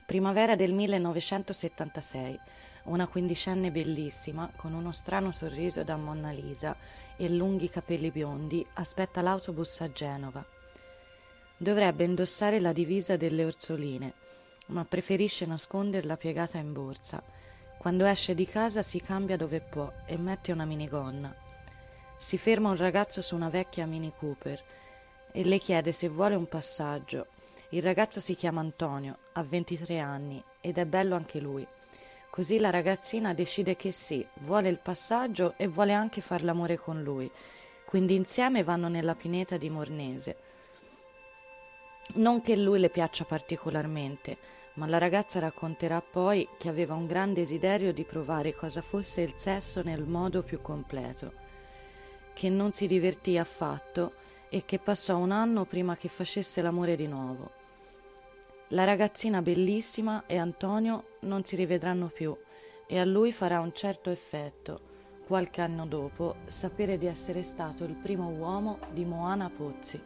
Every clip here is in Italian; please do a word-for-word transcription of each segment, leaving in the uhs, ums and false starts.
Primavera del millenovecentosettantasei. Una quindicenne bellissima, con uno strano sorriso da Monna Lisa e lunghi capelli biondi, aspetta l'autobus a Genova. Dovrebbe indossare la divisa delle Orsoline, ma preferisce nasconderla piegata in borsa. Quando esce di casa si cambia dove può e mette una minigonna. Si ferma un ragazzo su una vecchia Mini Cooper e le chiede se vuole un passaggio. Il ragazzo si chiama Antonio, ha ventitré anni ed è bello anche lui. Così la ragazzina decide che sì, vuole il passaggio e vuole anche far l'amore con lui. Quindi insieme vanno nella pineta di Mornese. Non che lui le piaccia particolarmente, ma la ragazza racconterà poi che aveva un gran desiderio di provare cosa fosse il sesso nel modo più completo, che non si divertì affatto e che passò un anno prima che facesse l'amore di nuovo. La ragazzina bellissima e Antonio non si rivedranno più e a lui farà un certo effetto, qualche anno dopo, sapere di essere stato il primo uomo di Moana Pozzi.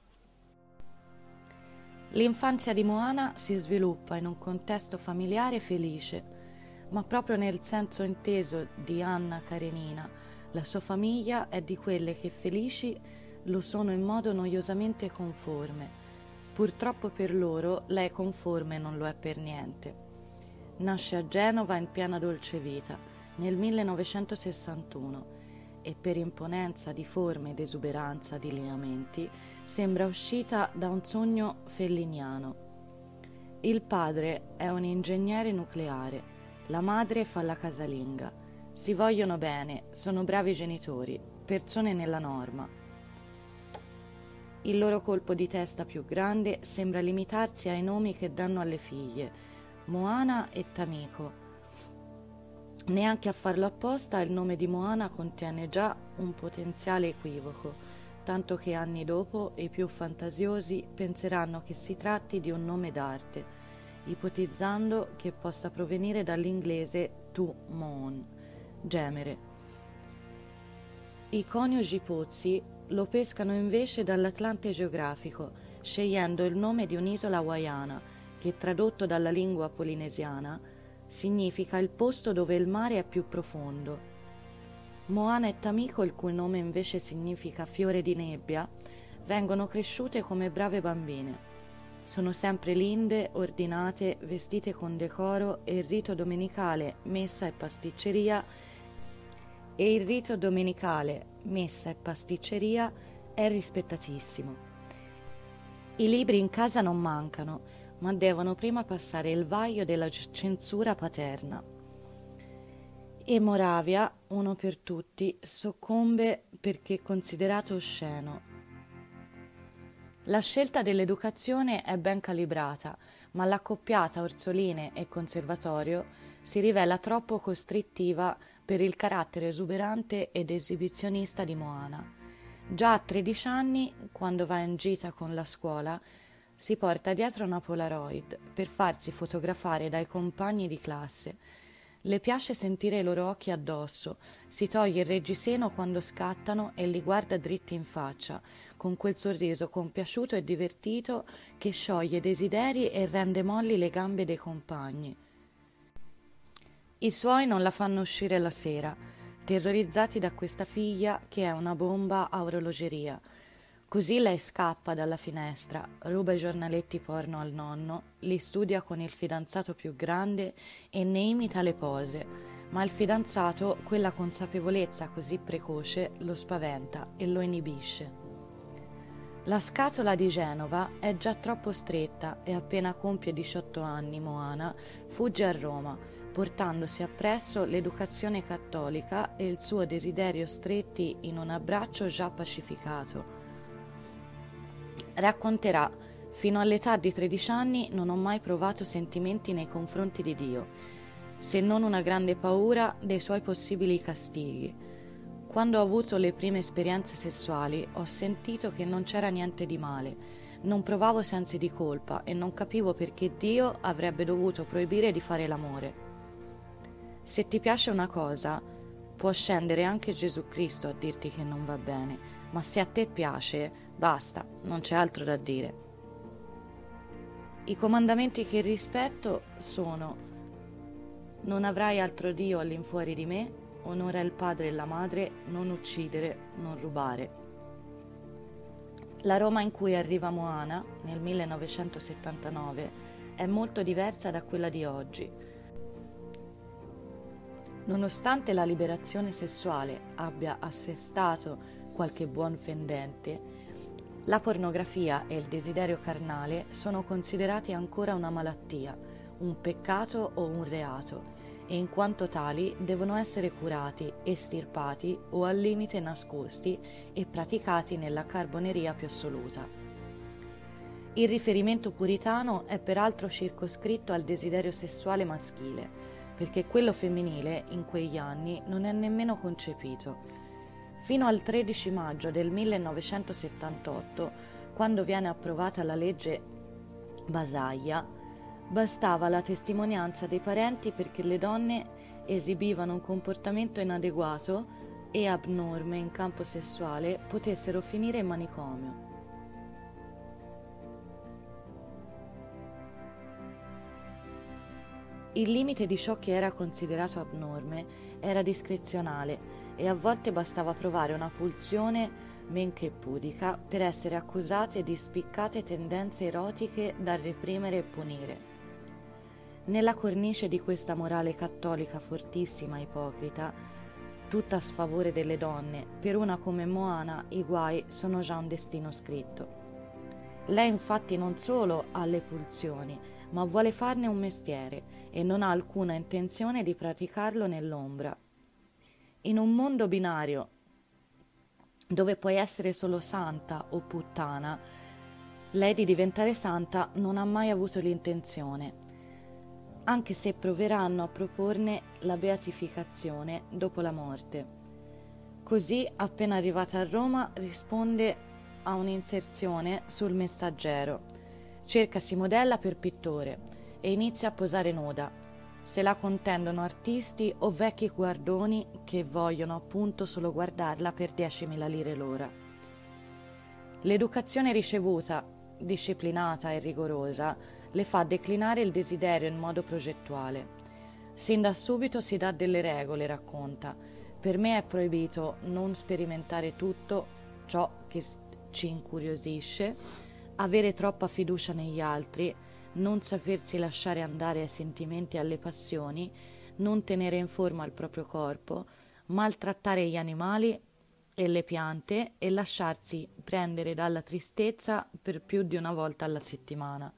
L'infanzia di Moana si sviluppa in un contesto familiare felice, ma proprio nel senso inteso di Anna Karenina, la sua famiglia è di quelle che felici lo sono in modo noiosamente conforme. Purtroppo per loro lei conforme non lo è per niente. Nasce a Genova in piena dolce vita nel millenovecentosessantuno e per imponenza di forme ed esuberanza di lineamenti sembra uscita da un sogno felliniano. Il padre è un ingegnere nucleare, la madre fa la casalinga. Si vogliono bene, sono bravi genitori, persone nella norma. Il loro colpo di testa più grande sembra limitarsi ai nomi che danno alle figlie, Moana e Tamiko. Neanche a farlo apposta il nome di Moana contiene già un potenziale equivoco, tanto che anni dopo i più fantasiosi penseranno che si tratti di un nome d'arte, ipotizzando che possa provenire dall'inglese to moan, gemere. I coniugi Pozzi lo pescano invece dall'Atlante geografico, scegliendo il nome di un'isola hawaiana, che tradotto dalla lingua polinesiana significa il posto dove il mare è più profondo. Moana e Tamiko, il cui nome invece significa fiore di nebbia, vengono cresciute come brave bambine. Sono sempre linde, ordinate, vestite con decoro e il rito domenicale, messa e pasticceria e il rito domenicale, messa e pasticceria è rispettatissimo. I libri in casa non mancano, ma devono prima passare il vaglio della censura paterna. E Moravia, uno per tutti, soccombe perché è considerato osceno. La scelta dell'educazione è ben calibrata, ma l'accoppiata Orsoline e Conservatorio si rivela troppo costrittiva per il carattere esuberante ed esibizionista di Moana. Già a tredici anni, quando va in gita con la scuola, si porta dietro una Polaroid per farsi fotografare dai compagni di classe. Le piace sentire i loro occhi addosso, si toglie il reggiseno quando scattano e li guarda dritti in faccia, con quel sorriso compiaciuto e divertito che scioglie desideri e rende molli le gambe dei compagni. I suoi non la fanno uscire la sera, terrorizzati da questa figlia che è una bomba a orologeria. Così lei scappa dalla finestra, ruba i giornaletti porno al nonno, li studia con il fidanzato più grande e ne imita le pose, ma il fidanzato, quella consapevolezza così precoce, lo spaventa e lo inibisce. La scatola di Genova è già troppo stretta e appena compie diciotto anni Moana fugge a Roma, portandosi appresso l'educazione cattolica e il suo desiderio stretti in un abbraccio già pacificato. Racconterà: fino all'età di tredici anni non ho mai provato sentimenti nei confronti di Dio, se non una grande paura dei suoi possibili castighi. Quando ho avuto le prime esperienze sessuali ho sentito che non c'era niente di male, non provavo sensi di colpa e non capivo perché Dio avrebbe dovuto proibire di fare l'amore. Se ti piace una cosa, può scendere anche Gesù Cristo a dirti che non va bene, ma se a te piace, basta, non c'è altro da dire. I comandamenti che rispetto sono: non avrai altro Dio all'infuori di me, onora il padre e la madre, non uccidere, non rubare. La Roma in cui arriva Moana, nel millenovecentosettantanove, è molto diversa da quella di oggi. Nonostante la liberazione sessuale abbia assestato qualche buon fendente, la pornografia e il desiderio carnale sono considerati ancora una malattia, un peccato o un reato, e in quanto tali devono essere curati, estirpati o al limite nascosti e praticati nella carboneria più assoluta. Il riferimento puritano è peraltro circoscritto al desiderio sessuale maschile, perché quello femminile in quegli anni non è nemmeno concepito. Fino al tredici maggio del millenovecentosettantotto, quando viene approvata la legge Basaglia, bastava la testimonianza dei parenti perché le donne esibivano un comportamento inadeguato e abnorme in campo sessuale potessero finire in manicomio. Il limite di ciò che era considerato abnorme era discrezionale e a volte bastava provare una pulsione men che pudica per essere accusate di spiccate tendenze erotiche da reprimere e punire. Nella cornice di questa morale cattolica fortissima e ipocrita, tutta a sfavore delle donne, per una come Moana i guai sono già un destino scritto. Lei infatti non solo ha le pulsioni, ma vuole farne un mestiere e non ha alcuna intenzione di praticarlo nell'ombra. In un mondo binario, dove puoi essere solo santa o puttana, lei di diventare santa non ha mai avuto l'intenzione, anche se proveranno a proporne la beatificazione dopo la morte. Così, appena arrivata a Roma, risponde a un'inserzione sul Messaggero, cercasi modella per pittore e inizia a posare nuda. Se la contendono artisti o vecchi guardoni che vogliono appunto solo guardarla per diecimila lire l'ora. L'educazione ricevuta, disciplinata e rigorosa, le fa declinare il desiderio in modo progettuale. Sin da subito si dà delle regole, racconta. Per me è proibito non sperimentare tutto ciò che ci incuriosisce, avere troppa fiducia negli altri, non sapersi lasciare andare ai sentimenti e alle passioni, non tenere in forma il proprio corpo, maltrattare gli animali e le piante e lasciarsi prendere dalla tristezza per più di una volta alla settimana.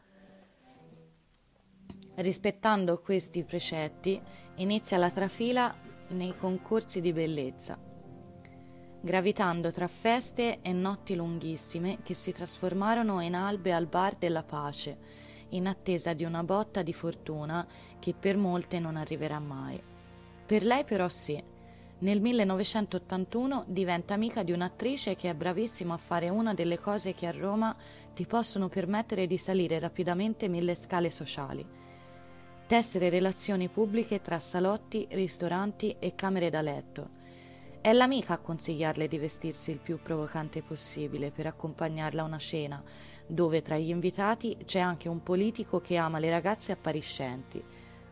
Rispettando questi precetti, inizia la trafila nei concorsi di bellezza, gravitando tra feste e notti lunghissime che si trasformarono in albe al bar della pace, in attesa di una botta di fortuna che per molte non arriverà mai. Per lei però sì. Nel millenovecentottantuno diventa amica di un'attrice che è bravissima a fare una delle cose che a Roma ti possono permettere di salire rapidamente mille scale sociali: tessere relazioni pubbliche tra salotti, ristoranti e camere da letto. È l'amica a consigliarle di vestirsi il più provocante possibile per accompagnarla a una cena, dove tra gli invitati c'è anche un politico che ama le ragazze appariscenti.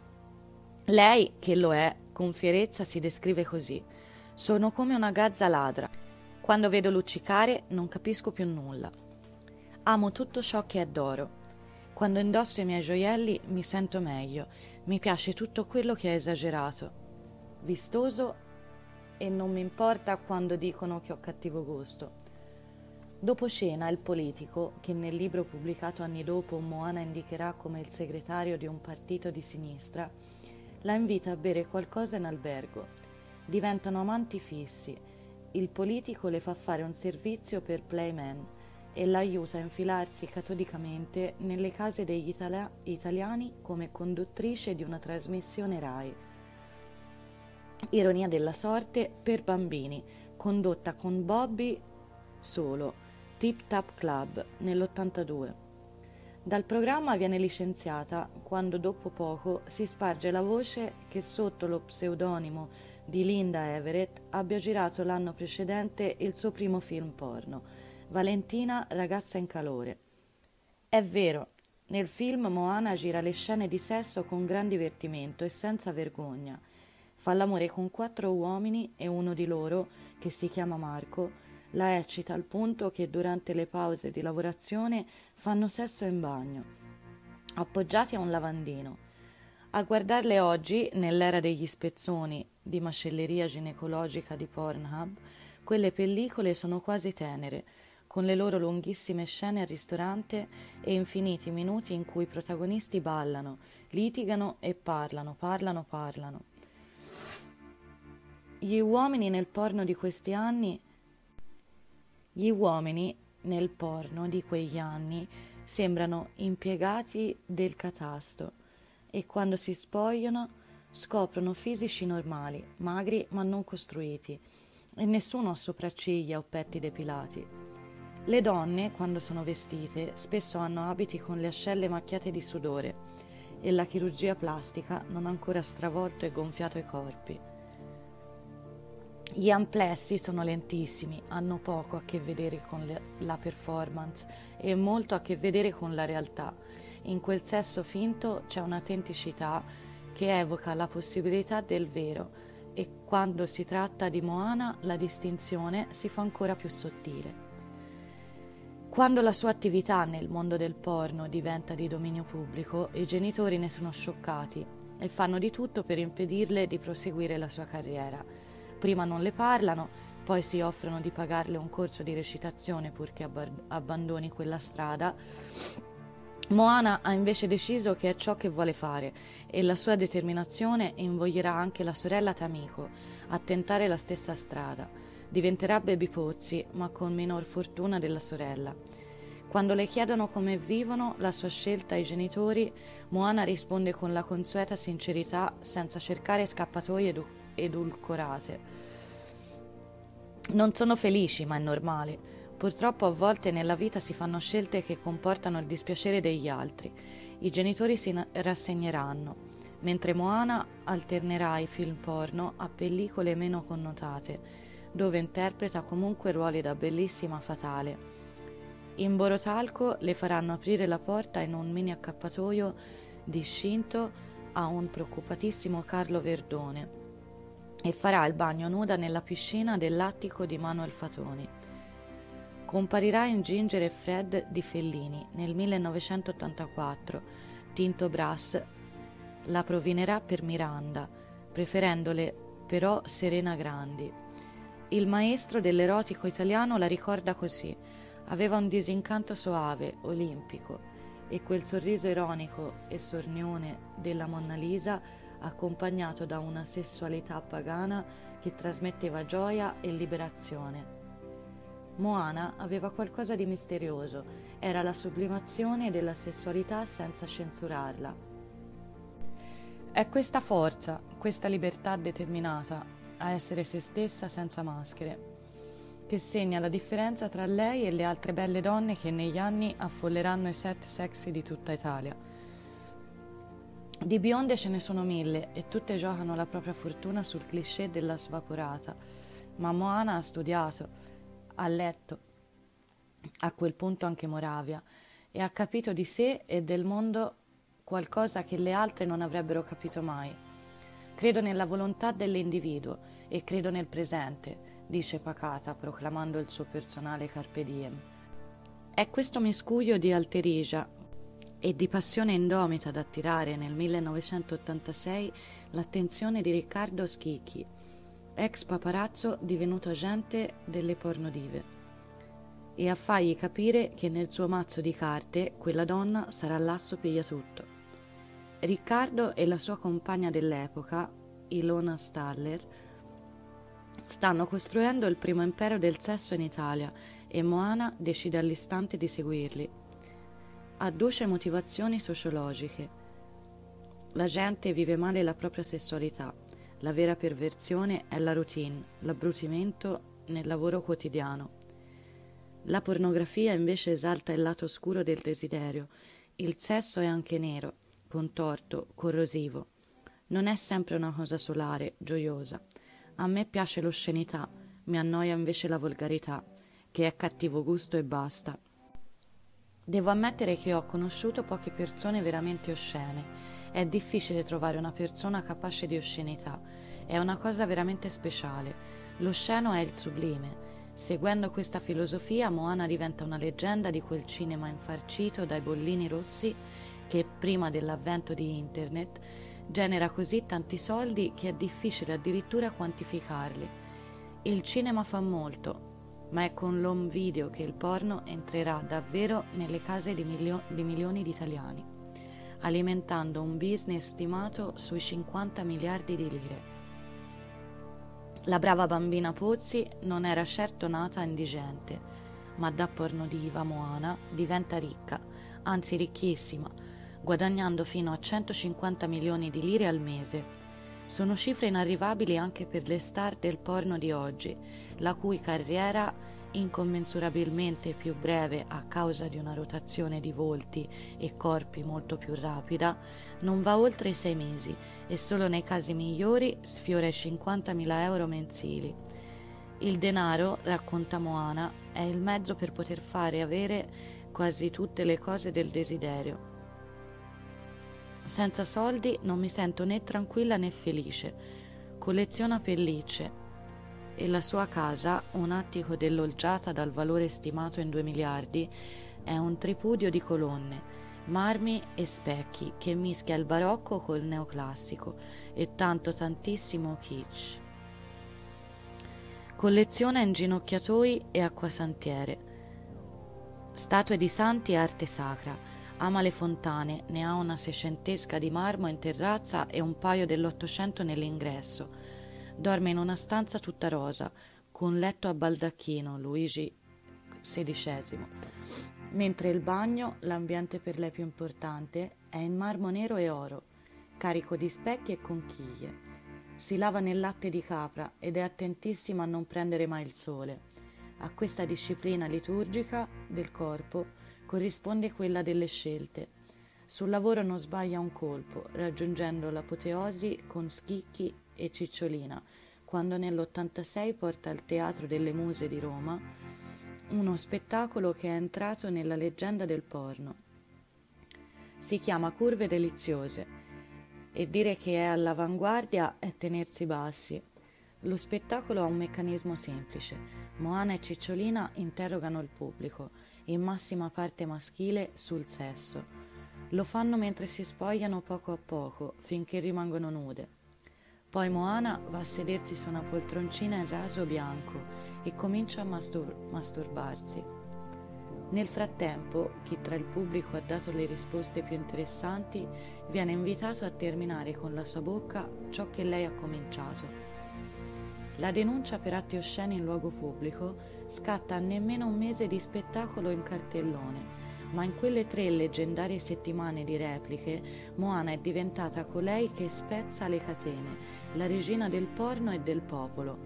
Lei, che lo è, con fierezza si descrive così: sono come una gazza ladra. Quando vedo luccicare non capisco più nulla. Amo tutto ciò che è d'oro. Quando indosso i miei gioielli mi sento meglio, mi piace tutto quello che è esagerato, vistoso, e non mi importa quando dicono che ho cattivo gusto. Dopo cena il politico, che nel libro pubblicato anni dopo Moana indicherà come il segretario di un partito di sinistra, la invita a bere qualcosa in albergo. Diventano amanti fissi. Il politico le fa fare un servizio per Playman e l'aiuta a infilarsi catodicamente nelle case degli itali- italiani come conduttrice di una trasmissione Rai. Ironia della sorte per bambini, condotta con Bobby solo, Tip Tap Club, nell'ottantadue. Dal programma viene licenziata quando dopo poco si sparge la voce che sotto lo pseudonimo di Linda Everett abbia girato l'anno precedente il suo primo film porno, Valentina, ragazza in calore. È vero, Nel film Moana gira le scene di sesso con gran divertimento e senza vergogna. Fa l'amore con quattro uomini e uno di loro, che si chiama Marco, la eccita al punto che durante le pause di lavorazione fanno sesso in bagno, appoggiati a un lavandino. A guardarle oggi, nell'era degli spezzoni di macelleria ginecologica di Pornhub, quelle pellicole sono quasi tenere, con le loro lunghissime scene al ristorante e infiniti minuti in cui i protagonisti ballano, litigano e parlano, parlano, parlano. Gli uomini nel porno di questi anni, gli uomini nel porno di quegli anni sembrano impiegati del catasto e quando si spogliano scoprono fisici normali, magri ma non costruiti, e nessuno ha sopracciglia o petti depilati. Le donne, quando sono vestite, spesso hanno abiti con le ascelle macchiate di sudore e la chirurgia plastica non ha ancora stravolto e gonfiato i corpi. Gli amplessi sono lentissimi, hanno poco a che vedere con le, la performance e molto a che vedere con la realtà. In quel sesso finto c'è un'autenticità che evoca la possibilità del vero e quando si tratta di Moana la distinzione si fa ancora più sottile. Quando la sua attività nel mondo del porno diventa di dominio pubblico, i genitori ne sono scioccati e fanno di tutto per impedirle di proseguire la sua carriera. Prima non le parlano, poi si offrono di pagarle un corso di recitazione purché ab- abbandoni quella strada. Moana ha invece deciso che è ciò che vuole fare e la sua determinazione invoglierà anche la sorella Tamiko a tentare la stessa strada. Diventerà Baby Pozzi, ma con minor fortuna della sorella. Quando le chiedono come vivono la sua scelta ai genitori, Moana risponde con la consueta sincerità, senza cercare scappatoie edu- edulcorate. Non sono felici, ma è normale. Purtroppo a volte nella vita si fanno scelte che comportano il dispiacere degli altri. I genitori si rassegneranno, mentre Moana alternerà i film porno a pellicole meno connotate, dove interpreta comunque ruoli da bellissima fatale. In Borotalco le faranno aprire la porta in un mini accappatoio discinto a un preoccupatissimo Carlo Verdone e farà il bagno nuda nella piscina dell'attico di Manuel Fatoni. Comparirà in Ginger e Fred di Fellini nel millenovecentottantaquattro. Tinto Brass la provinerà per Miranda, preferendole però Serena Grandi. Il maestro dell'erotico italiano la ricorda così: aveva un disincanto soave, olimpico, e quel sorriso ironico e sornione della Monna Lisa, accompagnato da una sessualità pagana che trasmetteva gioia e liberazione. Moana aveva qualcosa di misterioso, era la sublimazione della sessualità senza censurarla. È questa forza, questa libertà determinata a essere se stessa senza maschere, che segna la differenza tra lei e le altre belle donne che negli anni affolleranno i set sexy di tutta Italia. Di bionde ce ne sono mille e tutte giocano la propria fortuna sul cliché della svaporata, ma Moana ha studiato, ha letto, a quel punto anche Moravia, e ha capito di sé e del mondo qualcosa che le altre non avrebbero capito mai. Credo nella volontà dell'individuo e credo nel presente, dice pacata, proclamando il suo personale carpe diem. È questo miscuglio di alterigia e di passione indomita ad attirare nel millenovecentottantasei l'attenzione di Riccardo Schicchi, ex paparazzo divenuto agente delle pornodive, e a fargli capire che nel suo mazzo di carte quella donna sarà l'asso pigliatutto. Riccardo e la sua compagna dell'epoca, Ilona Staller, stanno costruendo il primo impero del sesso in Italia e Moana decide all'istante di seguirli. Adduce motivazioni sociologiche. La gente vive male la propria sessualità. La vera perversione è la routine, l'abbrutimento nel lavoro quotidiano. La pornografia invece esalta il lato oscuro del desiderio. Il sesso è anche nero, contorto, corrosivo. Non è sempre una cosa solare, gioiosa. A me piace l'oscenità, mi annoia invece la volgarità, che è cattivo gusto e basta. Devo ammettere che ho conosciuto poche persone veramente oscene. È difficile trovare una persona capace di oscenità. È una cosa veramente speciale. L'osceno è il sublime. Seguendo questa filosofia, Moana diventa una leggenda di quel cinema infarcito dai bollini rossi che, prima dell'avvento di Internet, genera così tanti soldi che è difficile addirittura quantificarli. Il cinema fa molto, ma è con l'home video che il porno entrerà davvero nelle case di, milio- di milioni di italiani, alimentando un business stimato sui cinquanta miliardi di lire. La brava bambina Pozzi non era certo nata indigente, ma da pornodiva Moana diventa ricca, anzi ricchissima, guadagnando fino a centocinquanta milioni di lire al mese. Sono cifre inarrivabili anche per le star del porno di oggi, la cui carriera, incommensurabilmente più breve a causa di una rotazione di volti e corpi molto più rapida, non va oltre i sei mesi e solo nei casi migliori sfiora i cinquantamila euro mensili. Il denaro, racconta Moana, è il mezzo per poter fare e avere quasi tutte le cose del desiderio. Senza soldi non mi sento né tranquilla né felice. Colleziona pellicce e la sua casa, un attico dell'Olgiata dal valore stimato in due miliardi, è un tripudio di colonne, marmi e specchi che mischia il barocco col neoclassico e tanto tantissimo kitsch. Colleziona inginocchiatoi e acquasantiere, statue di santi e arte sacra. Ama le fontane, ne ha una seicentesca di marmo in terrazza e un paio dell'Ottocento nell'ingresso. Dorme in una stanza tutta rosa, con letto a baldacchino, Luigi sedicesimo, mentre il bagno, l'ambiente per lei più importante, è in marmo nero e oro, carico di specchi e conchiglie. Si lava nel latte di capra ed è attentissima a non prendere mai il sole. A questa disciplina liturgica del corpo corrisponde quella delle scelte. Sul lavoro non sbaglia un colpo, raggiungendo l'apoteosi con Schicchi e Cicciolina, quando nell'ottantasei porta al Teatro delle Muse di Roma uno spettacolo che è entrato nella leggenda del porno. Si chiama Curve deliziose e dire che è all'avanguardia è tenersi bassi. Lo spettacolo ha un meccanismo semplice. Moana e Cicciolina interrogano il pubblico, in massima parte maschile, sul sesso. Lo fanno mentre si spogliano poco a poco, finché rimangono nude. Poi Moana va a sedersi su una poltroncina in raso bianco e comincia a mastur- masturbarsi. Nel frattempo, chi tra il pubblico ha dato le risposte più interessanti viene invitato a terminare con la sua bocca ciò che lei ha cominciato. La denuncia per atti osceni in luogo pubblico scatta a nemmeno un mese di spettacolo in cartellone, ma in quelle tre leggendarie settimane di repliche Moana è diventata colei che spezza le catene, la regina del porno e del popolo.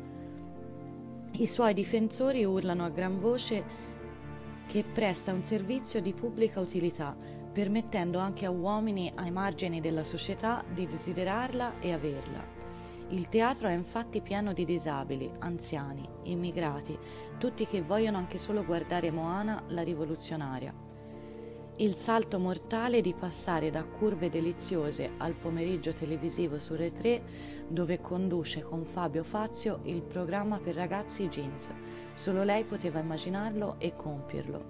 I suoi difensori urlano a gran voce che presta un servizio di pubblica utilità, permettendo anche a uomini ai margini della società di desiderarla e averla. Il teatro è infatti pieno di disabili, anziani, immigrati, tutti che vogliono anche solo guardare Moana la rivoluzionaria. Il salto mortale di passare da Curve deliziose al pomeriggio televisivo su Rai tre, dove conduce con Fabio Fazio il programma per ragazzi jeans. Solo lei poteva immaginarlo e compierlo.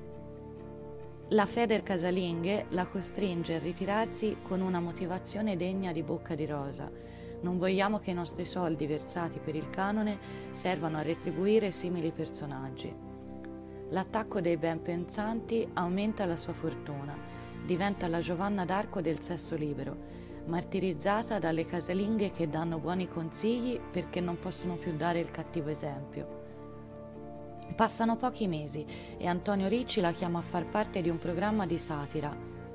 La Feder casalinghe la costringe a ritirarsi con una motivazione degna di Bocca di Rosa. Non vogliamo che i nostri soldi versati per il canone servano a retribuire simili personaggi. L'attacco dei ben pensanti aumenta la sua fortuna, diventa la Giovanna d'Arco del sesso libero, martirizzata dalle casalinghe che danno buoni consigli perché non possono più dare il cattivo esempio. Passano pochi mesi e Antonio Ricci la chiama a far parte di un programma di satira,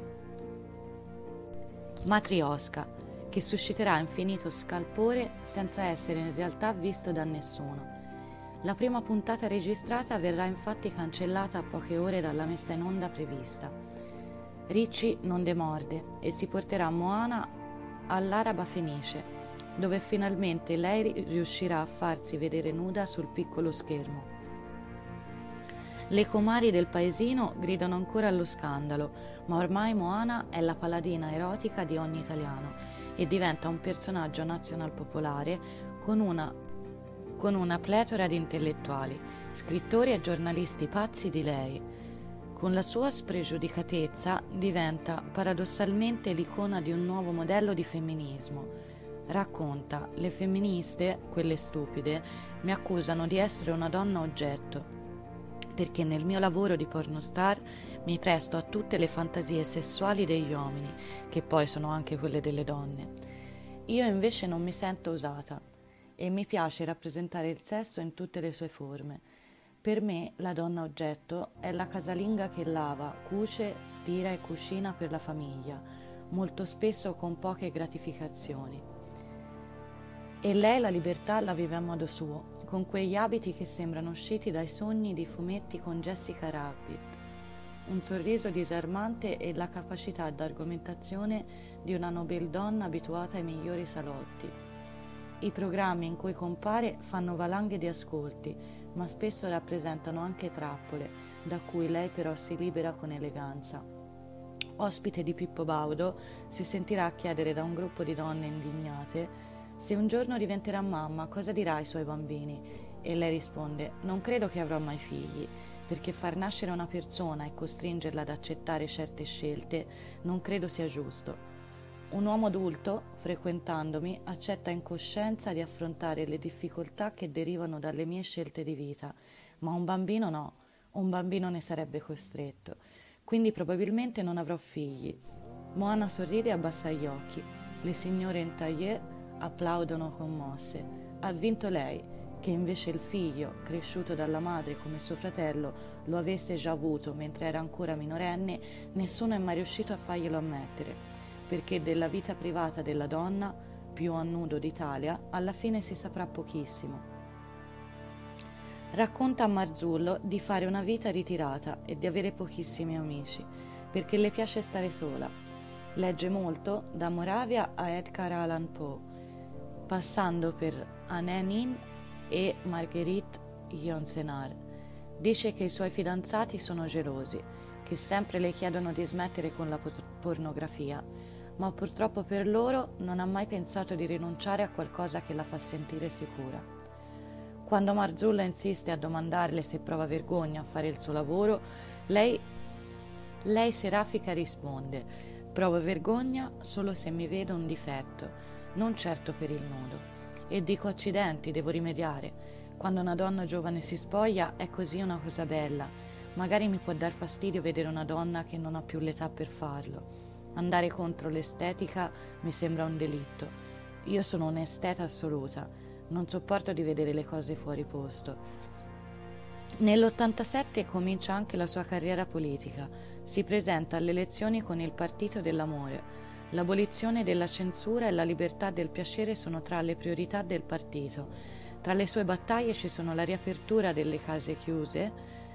Matrioska, che susciterà infinito scalpore senza essere in realtà visto da nessuno. La prima puntata registrata verrà infatti cancellata a poche ore dalla messa in onda prevista. Ricci non demorde e si porterà Moana all'Araba Fenice, dove finalmente lei riuscirà a farsi vedere nuda sul piccolo schermo. Le comari del paesino gridano ancora allo scandalo, ma ormai Moana è la paladina erotica di ogni italiano e diventa un personaggio nazional popolare con una, con una pletora di intellettuali, scrittori e giornalisti pazzi di lei. Con la sua spregiudicatezza diventa paradossalmente l'icona di un nuovo modello di femminismo. Racconta: le femministe, quelle stupide, mi accusano di essere una donna oggetto, perché nel mio lavoro di pornostar mi presto a tutte le fantasie sessuali degli uomini, che poi sono anche quelle delle donne. Io invece non mi sento usata e mi piace rappresentare il sesso in tutte le sue forme. Per me la donna oggetto è la casalinga che lava, cuce, stira e cucina per la famiglia, molto spesso con poche gratificazioni. E lei la libertà la vive a modo suo, con quegli abiti che sembrano usciti dai sogni di fumetti con Jessica Rabbit, un sorriso disarmante e la capacità d'argomentazione di una nobildonna abituata ai migliori salotti. I programmi in cui compare fanno valanghe di ascolti, ma spesso rappresentano anche trappole, da cui lei però si libera con eleganza. Ospite di Pippo Baudo, si sentirà chiedere da un gruppo di donne indignate: se un giorno diventerà mamma, cosa dirà ai suoi bambini? E lei risponde: non credo che avrò mai figli, perché far nascere una persona e costringerla ad accettare certe scelte non credo sia giusto. Un uomo adulto, frequentandomi, accetta in coscienza di affrontare le difficoltà che derivano dalle mie scelte di vita, ma un bambino no, un bambino ne sarebbe costretto, quindi probabilmente non avrò figli. Moana sorride e abbassa gli occhi. Le signore in tailleur applaudono commosse. Ha vinto lei, che invece il figlio, cresciuto dalla madre come suo fratello, lo avesse già avuto mentre era ancora minorenne. Nessuno è mai riuscito a farglielo ammettere, perché della vita privata della donna, più a nudo d'Italia, alla fine si saprà pochissimo. Racconta a Marzullo di fare una vita ritirata e di avere pochissimi amici, perché le piace stare sola. Legge molto, da Moravia a Edgar Allan Poe, passando per Anne Nin e Marguerite Yourcenar. Dice che i suoi fidanzati sono gelosi, che sempre le chiedono di smettere con la pornografia, ma purtroppo per loro non ha mai pensato di rinunciare a qualcosa che la fa sentire sicura. Quando Marzullo insiste a domandarle se prova vergogna a fare il suo lavoro, lei, lei serafica risponde: provo vergogna solo se mi vedo un difetto, non certo per il nudo. E dico: accidenti, devo rimediare. Quando una donna giovane si spoglia è così una cosa bella. Magari mi può dar fastidio vedere una donna che non ha più l'età per farlo. Andare contro l'estetica mi sembra un delitto. Io sono un'esteta assoluta, non sopporto di vedere le cose fuori posto. Nell'ottantasette comincia anche la sua carriera politica. Si presenta alle elezioni con il Partito dell'Amore. L'abolizione della censura e la libertà del piacere sono tra le priorità del partito. Tra le sue battaglie ci sono la riapertura delle case chiuse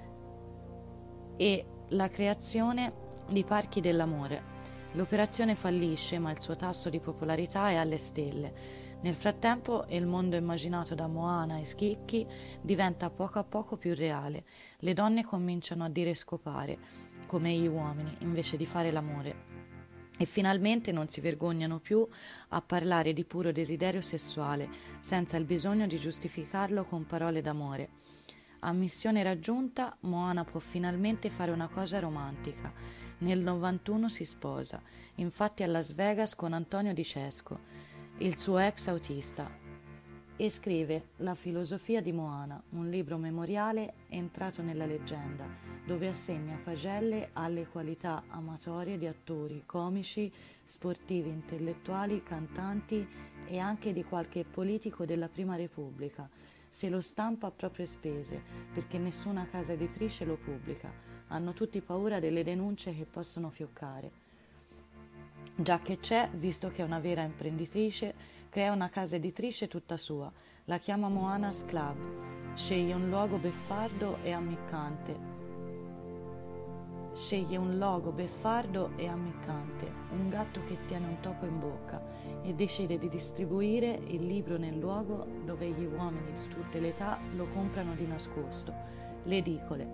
e la creazione di parchi dell'amore. L'operazione fallisce, ma il suo tasso di popolarità è alle stelle. Nel frattempo il mondo immaginato da Moana e Schicchi diventa a poco a poco più reale. Le donne cominciano a dire scopare, come gli uomini, invece di fare l'amore. E finalmente non si vergognano più a parlare di puro desiderio sessuale, senza il bisogno di giustificarlo con parole d'amore. A missione raggiunta, Moana può finalmente fare una cosa romantica. Nel novantuno si sposa, infatti a Las Vegas con Antonio Di Cesco, il suo ex autista, e scrive La filosofia di Moana, un libro memoriale entrato nella leggenda, dove assegna pagelle alle qualità amatorie di attori, comici, sportivi, intellettuali, cantanti e anche di qualche politico della Prima Repubblica. Se lo stampa a proprie spese, perché nessuna casa editrice lo pubblica. Hanno tutti paura delle denunce che possono fioccare. Già che c'è, visto che è una vera imprenditrice, crea una casa editrice tutta sua. La chiama Moana's Club. Sceglie un logo beffardo e ammiccante. Sceglie un logo beffardo e ammiccante, un gatto che tiene un topo in bocca, e decide di distribuire il libro nel luogo dove gli uomini di tutte le età lo comprano di nascosto, le edicole.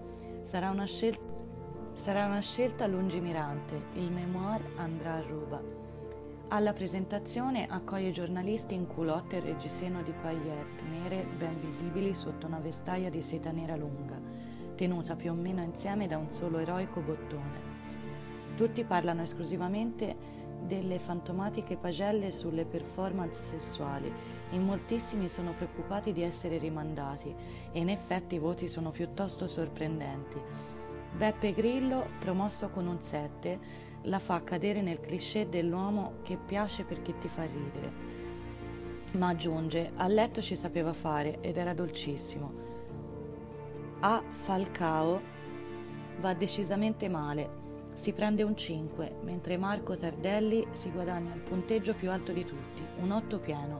Sarà una scelta, sarà una scelta lungimirante, il memoir andrà a ruba. Alla presentazione accoglie giornalisti in culotte e reggiseno di paillette nere ben visibili sotto una vestaglia di seta nera lunga, tenuta più o meno insieme da un solo eroico bottone. Tutti parlano esclusivamente delle fantomatiche pagelle sulle performance sessuali. In moltissimi sono preoccupati di essere rimandati e in effetti i voti sono piuttosto sorprendenti. Beppe Grillo, promosso con un sette, la fa cadere nel cliché dell'uomo che piace perché ti fa ridere. Ma aggiunge, a letto ci sapeva fare ed era dolcissimo. A Falcao va decisamente male. Si prende un cinque, mentre Marco Tardelli si guadagna il punteggio più alto di tutti, un otto pieno.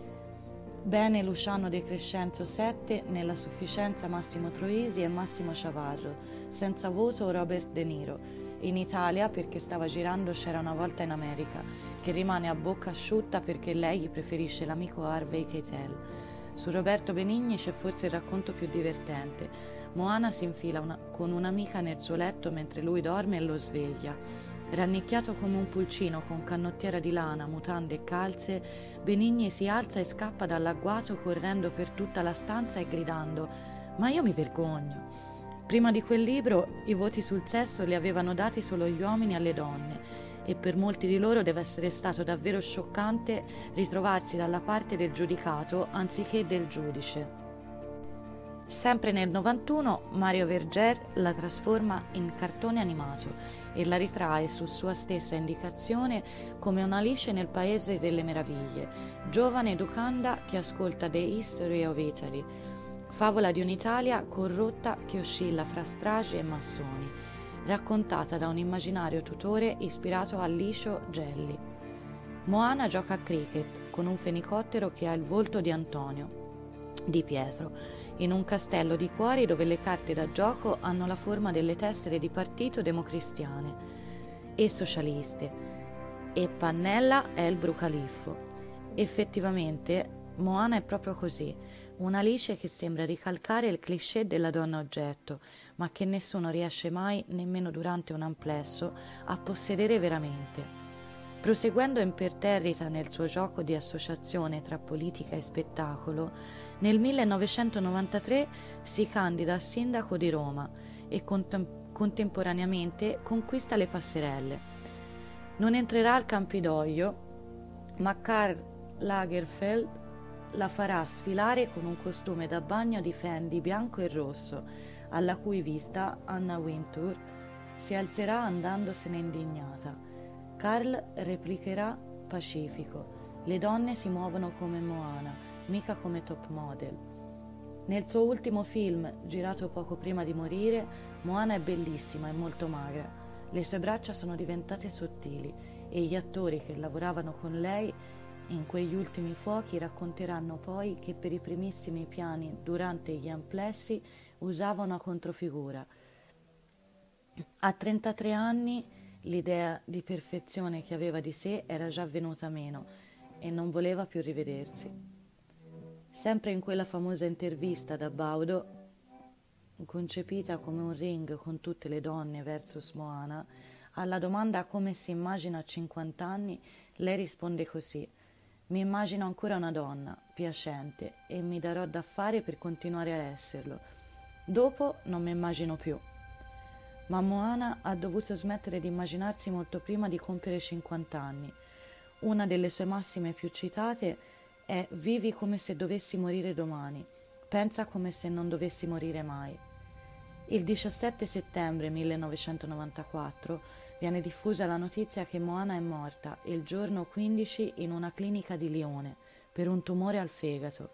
Bene Luciano De Crescenzo sette, nella sufficienza Massimo Troisi e Massimo Ciavarro, senza voto Robert De Niro. In Italia perché stava girando C'era una volta in America, che rimane a bocca asciutta perché lei gli preferisce l'amico Harvey Keitel. Su Roberto Benigni c'è forse il racconto più divertente. Moana si infila una, con un'amica nel suo letto mentre lui dorme e lo sveglia. Rannicchiato come un pulcino con canottiera di lana, mutande e calze, Benigni si alza e scappa dall'agguato correndo per tutta la stanza e gridando «Ma io mi vergogno!». Prima di quel libro i voti sul sesso li avevano dati solo gli uomini alle donne e per molti di loro deve essere stato davvero scioccante ritrovarsi dalla parte del giudicato anziché del giudice. Sempre nel novantuno Mario Verger la trasforma in cartone animato e la ritrae su sua stessa indicazione come un'Alice nel Paese delle Meraviglie, giovane educanda che ascolta The History of Italy, favola di un'Italia corrotta che oscilla fra stragi e massoni, raccontata da un immaginario tutore ispirato a Licio Gelli. Moana gioca a cricket con un fenicottero che ha il volto di Antonio Di Pietro, in un castello di cuori dove le carte da gioco hanno la forma delle tessere di partito democristiane e socialiste, e Pannella è il brucaliffo. Effettivamente Moana è proprio così, un'Alice che sembra ricalcare il cliché della donna oggetto, ma che nessuno riesce mai, nemmeno durante un amplesso, a possedere veramente. Proseguendo imperterrita nel suo gioco di associazione tra politica e spettacolo, nel millenovecentonovantatré si candida a sindaco di Roma e contem- contemporaneamente conquista le passerelle. Non entrerà al Campidoglio, ma Karl Lagerfeld la farà sfilare con un costume da bagno di Fendi bianco e rosso, alla cui vista Anna Wintour si alzerà andandosene indignata. Karl replicherà pacifico: le donne si muovono come Moana, mica come top model. Nel suo ultimo film, girato poco prima di morire, Moana è bellissima e molto magra. Le sue braccia sono diventate sottili e gli attori che lavoravano con lei in quegli ultimi fuochi racconteranno poi che per i primissimi piani durante gli amplessi usava una controfigura. A trentatré anni l'idea di perfezione che aveva di sé era già venuta meno e non voleva più rivedersi. Sempre in quella famosa intervista da Baudo, concepita come un ring con tutte le donne versus Moana, alla domanda come si immagina a cinquanta anni, lei risponde così: mi immagino ancora una donna, piacente, e mi darò da fare per continuare a esserlo. Dopo non mi immagino più. Ma Moana ha dovuto smettere di immaginarsi molto prima di compiere cinquanta anni. Una delle sue massime più citate è «Vivi come se dovessi morire domani, pensa come se non dovessi morire mai». Il diciassette settembre millenovecentonovantaquattro viene diffusa la notizia che Moana è morta il giorno quindici in una clinica di Lione per un tumore al fegato.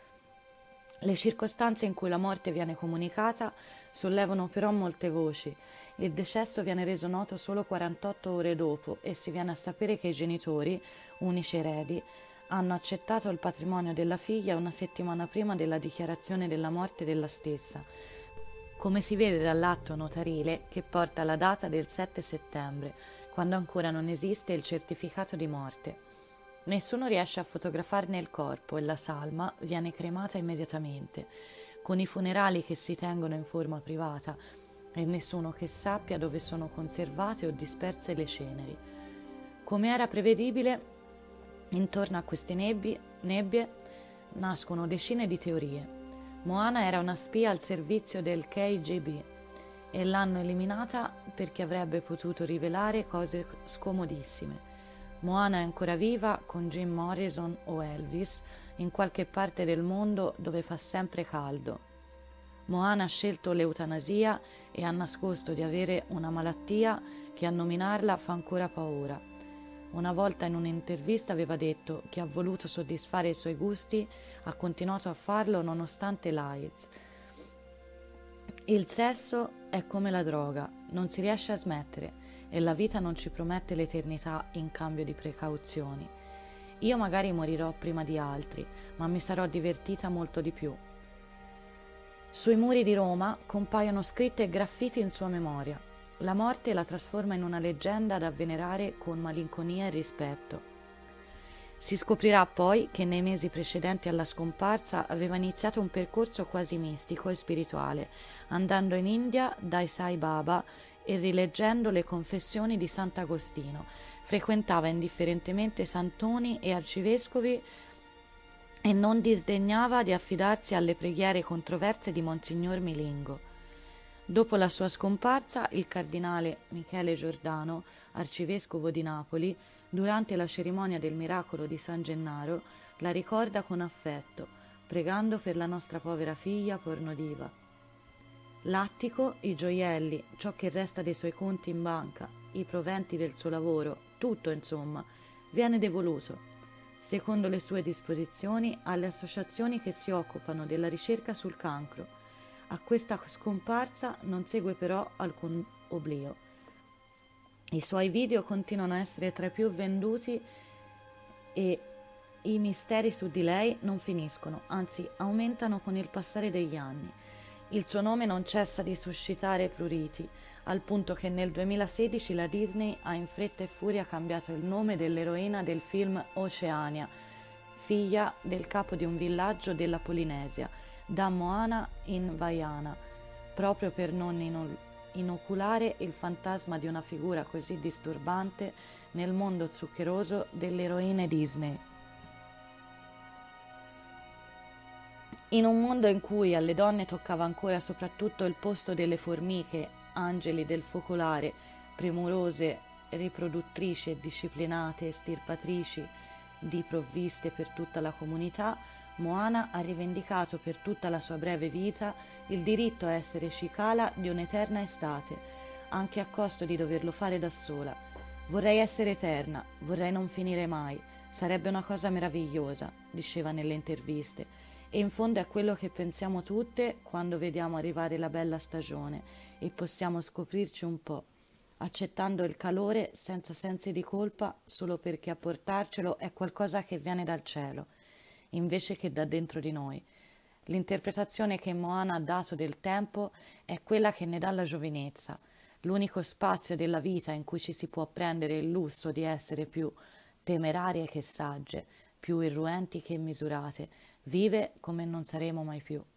Le circostanze in cui la morte viene comunicata sollevano però molte voci. Il decesso viene reso noto solo quarantotto ore dopo e si viene a sapere che i genitori, unici eredi, hanno accettato il patrimonio della figlia una settimana prima della dichiarazione della morte della stessa, come si vede dall'atto notarile che porta la data del sette settembre, quando ancora non esiste il certificato di morte. Nessuno riesce a fotografarne il corpo e la salma viene cremata immediatamente. Con i funerali che si tengono in forma privata, e nessuno che sappia dove sono conservate o disperse le ceneri. Come era prevedibile, intorno a queste nebbie, nebbie nascono decine di teorie. Moana era una spia al servizio del K G B e l'hanno eliminata perché avrebbe potuto rivelare cose scomodissime. Moana è ancora viva con Jim Morrison o Elvis in qualche parte del mondo dove fa sempre caldo. Moana ha scelto l'eutanasia e ha nascosto di avere una malattia che a nominarla fa ancora paura. Una volta in un'intervista aveva detto che ha voluto soddisfare i suoi gusti, ha continuato a farlo nonostante l'AIDS. Il sesso è come la droga, non si riesce a smettere e la vita non ci promette l'eternità in cambio di precauzioni. Io magari morirò prima di altri, ma mi sarò divertita molto di più. Sui muri di Roma compaiono scritte graffiti in sua memoria. La morte la trasforma in una leggenda da venerare con malinconia e rispetto. Si scoprirà poi che nei mesi precedenti alla scomparsa aveva iniziato un percorso quasi mistico e spirituale, andando in India dai Sai Baba e rileggendo le confessioni di Sant'Agostino. Frequentava indifferentemente santoni e arcivescovi e non disdegnava di affidarsi alle preghiere controverse di Monsignor Milingo. Dopo la sua scomparsa, il cardinale Michele Giordano, arcivescovo di Napoli, durante la cerimonia del miracolo di San Gennaro, la ricorda con affetto, pregando per la nostra povera figlia pornodiva. L'attico, i gioielli, ciò che resta dei suoi conti in banca, i proventi del suo lavoro, tutto insomma, viene devoluto, secondo le sue disposizioni, alle associazioni che si occupano della ricerca sul cancro. A questa scomparsa non segue però alcun oblio. I suoi video continuano a essere tra i più venduti e i misteri su di lei non finiscono, anzi aumentano con il passare degli anni. Il suo nome non cessa di suscitare pruriti, al punto che nel duemilasedici la Disney ha in fretta e furia cambiato il nome dell'eroina del film Oceania, figlia del capo di un villaggio della Polinesia, da Moana in Vaiana, proprio per non inoculare il fantasma di una figura così disturbante nel mondo zuccheroso delle eroine Disney. In un mondo in cui alle donne toccava ancora soprattutto il posto delle formiche, angeli del focolare, premurose, riproduttrici e disciplinate, estirpatrici di provviste per tutta la comunità, Moana ha rivendicato per tutta la sua breve vita il diritto a essere cicala di un'eterna estate, anche a costo di doverlo fare da sola. Vorrei essere eterna, vorrei non finire mai, sarebbe una cosa meravigliosa, diceva nelle interviste, e in fondo è quello che pensiamo tutte quando vediamo arrivare la bella stagione e possiamo scoprirci un po', accettando il calore senza sensi di colpa solo perché a portarcelo è qualcosa che viene dal cielo, invece che da dentro di noi. L'interpretazione che Moana ha dato del tempo è quella che ne dà la giovinezza, l'unico spazio della vita in cui ci si può prendere il lusso di essere più temerarie che sagge, più irruenti che misurate, vive come non saremo mai più.